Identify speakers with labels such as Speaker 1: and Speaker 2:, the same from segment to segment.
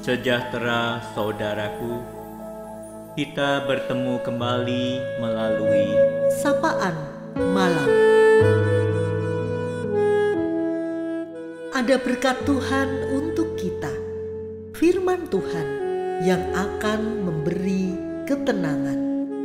Speaker 1: Sejahtera saudaraku, kita bertemu kembali melalui
Speaker 2: Sapaan Malam. Ada berkat Tuhan untuk kita, firman Tuhan yang akan memberi ketenangan.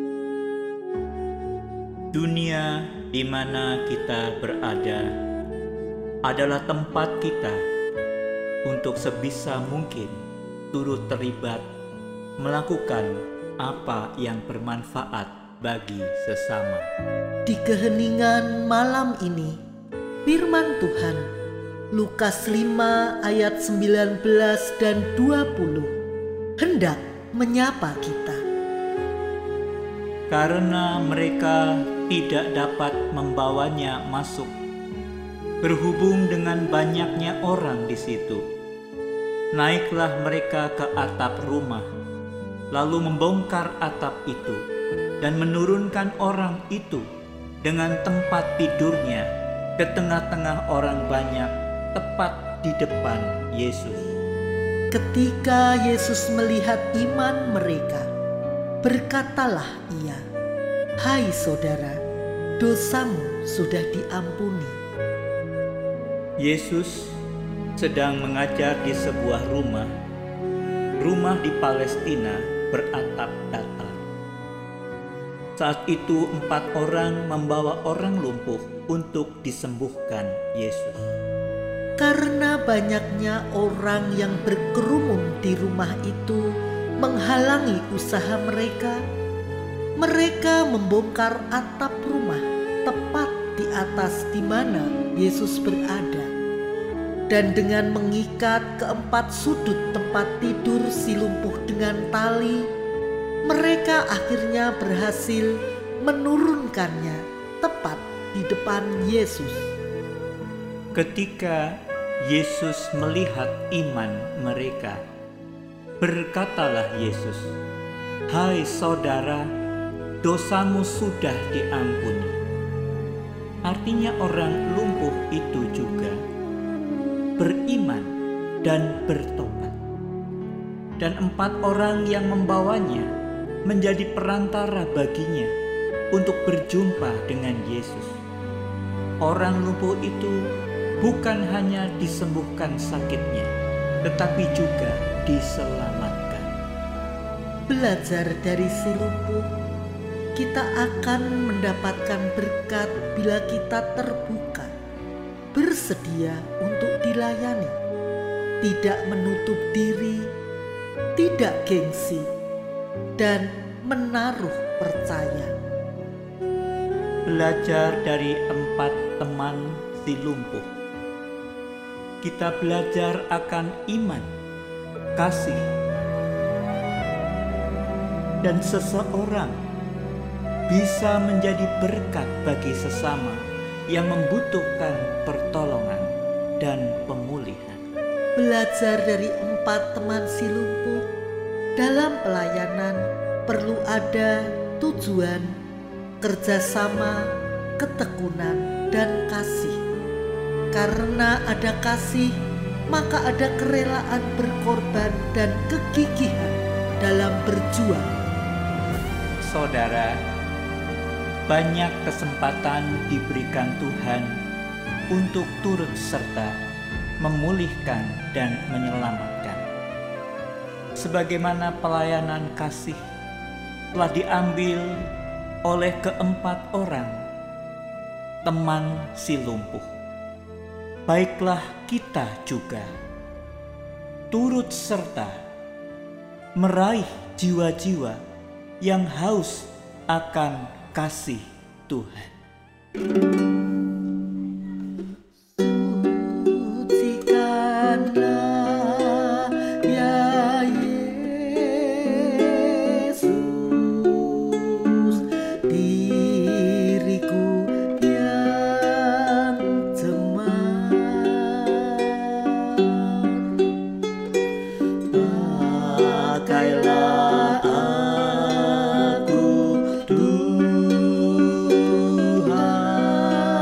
Speaker 1: dunia di mana kita berada adalah tempat kita untuk sebisa mungkin turut terlibat melakukan apa yang bermanfaat bagi sesama.
Speaker 2: Di keheningan malam ini, firman Tuhan Lukas 5 ayat 19 dan 20 hendak menyapa kita.
Speaker 1: Karena mereka tidak dapat membawanya masuk, berhubung dengan banyaknya orang di situ, naiklah mereka ke atap rumah, lalu membongkar atap itu dan menurunkan orang itu dengan tempat tidurnya ke tengah-tengah orang banyak, tepat di depan Yesus.
Speaker 2: Ketika Yesus melihat iman mereka, berkatalah ia, "Hai saudara, dosamu sudah diampuni."
Speaker 1: Yesus sedang mengajar di sebuah rumah di Palestina beratap datar. Saat itu 4 orang membawa orang lumpuh untuk disembuhkan Yesus.
Speaker 2: Karena banyaknya orang yang berkerumun di rumah itu menghalangi usaha mereka, mereka membongkar atap rumah tepat di atas di mana Yesus berada. Dan dengan mengikat keempat sudut tempat tidur si lumpuh dengan tali, mereka akhirnya berhasil menurunkannya tepat di depan Yesus.
Speaker 1: Ketika Yesus melihat iman mereka, berkatalah Yesus, "Hai saudara, dosamu sudah diampuni." Artinya orang lumpuh itu juga beriman dan bertobat. Dan 4 orang yang membawanya menjadi perantara baginya untuk berjumpa dengan Yesus. Orang lumpuh itu bukan hanya disembuhkan sakitnya, tetapi juga diselamatkan.
Speaker 2: Belajar dari si lumpuh, kita akan mendapatkan berkat bila kita terbuka, bersedia untuk dilayani, tidak menutup diri, tidak gengsi, dan menaruh percaya.
Speaker 1: Belajar dari 4 teman si lumpuh, kita belajar akan iman, kasih, dan seseorang bisa menjadi berkat bagi sesama yang membutuhkan pertolongan dan pemulihan.
Speaker 2: Belajar dari 4 teman si lumpuh, dalam pelayanan perlu ada tujuan, kerjasama, ketekunan, dan kasih. Karena ada kasih, maka ada kerelaan berkorban dan kegigihan dalam berjuang.
Speaker 1: Saudara, banyak kesempatan diberikan Tuhan untuk turut serta memulihkan dan menyelamatkan. Sebagaimana pelayanan kasih telah diambil oleh keempat orang teman si lumpuh, baiklah kita juga turut serta meraih jiwa-jiwa yang haus akan kasih Tuhan.
Speaker 2: Sucikanlah ya Yesus diriku yang cemar. Pakailah aku Tuhan.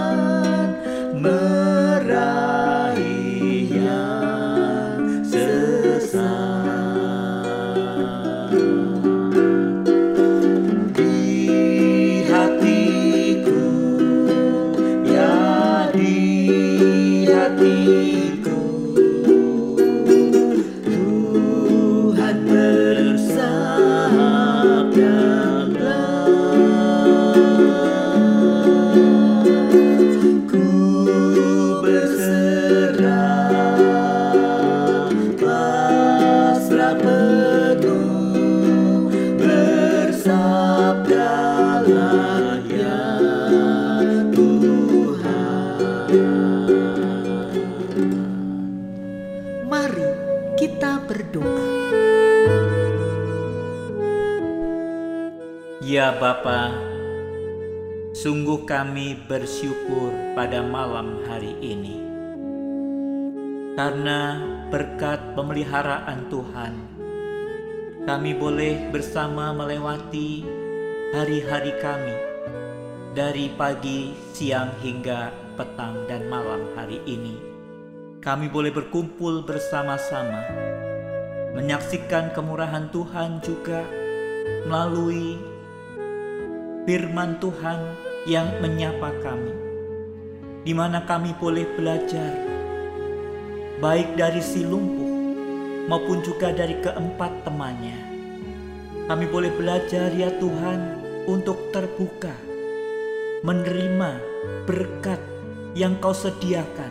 Speaker 1: Ya Bapa, sungguh kami bersyukur pada malam hari ini. Karena berkat pemeliharaan Tuhan, kami boleh bersama melewati hari-hari kami dari pagi, siang hingga petang dan malam hari ini. Kami boleh berkumpul bersama-sama, menyaksikan kemurahan Tuhan juga melalui firman Tuhan yang menyapa kami, di mana kami boleh belajar baik dari si lumpuh maupun juga dari keempat temannya. Kami boleh belajar ya Tuhan untuk terbuka, menerima berkat yang Kau sediakan.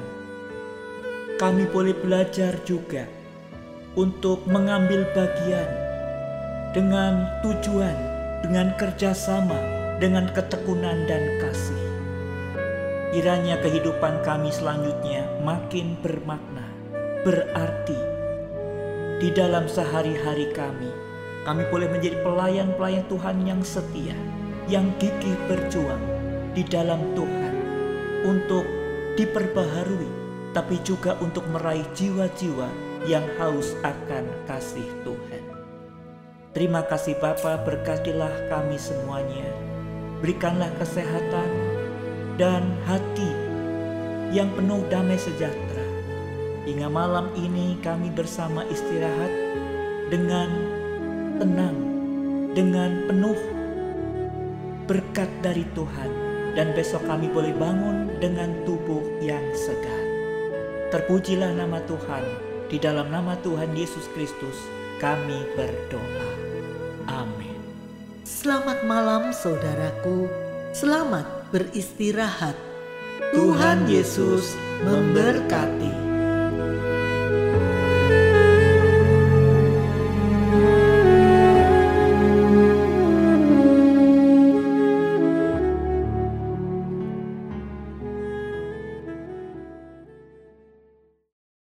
Speaker 1: Kami boleh belajar juga untuk mengambil bagian dengan tujuan, dengan kerjasama, dengan ketekunan dan kasih. Kiranya kehidupan kami selanjutnya makin bermakna, berarti di dalam sehari-hari kami boleh menjadi pelayan-pelayan Tuhan yang setia, yang gigih berjuang di dalam Tuhan untuk diperbaharui, tapi juga untuk meraih jiwa-jiwa yang haus akan kasih Tuhan. Terima kasih Bapa, berkatilah kami semuanya, berikanlah kesehatan dan hati yang penuh damai sejahtera. Hingga malam ini kami bersama istirahat dengan tenang, dengan penuh berkat dari Tuhan. Dan besok kami boleh bangun dengan tubuh yang segar. Terpujilah nama Tuhan. Di dalam nama Tuhan Yesus Kristus kami berdoa. Amin.
Speaker 2: Selamat malam saudaraku, selamat beristirahat. Tuhan Yesus memberkati.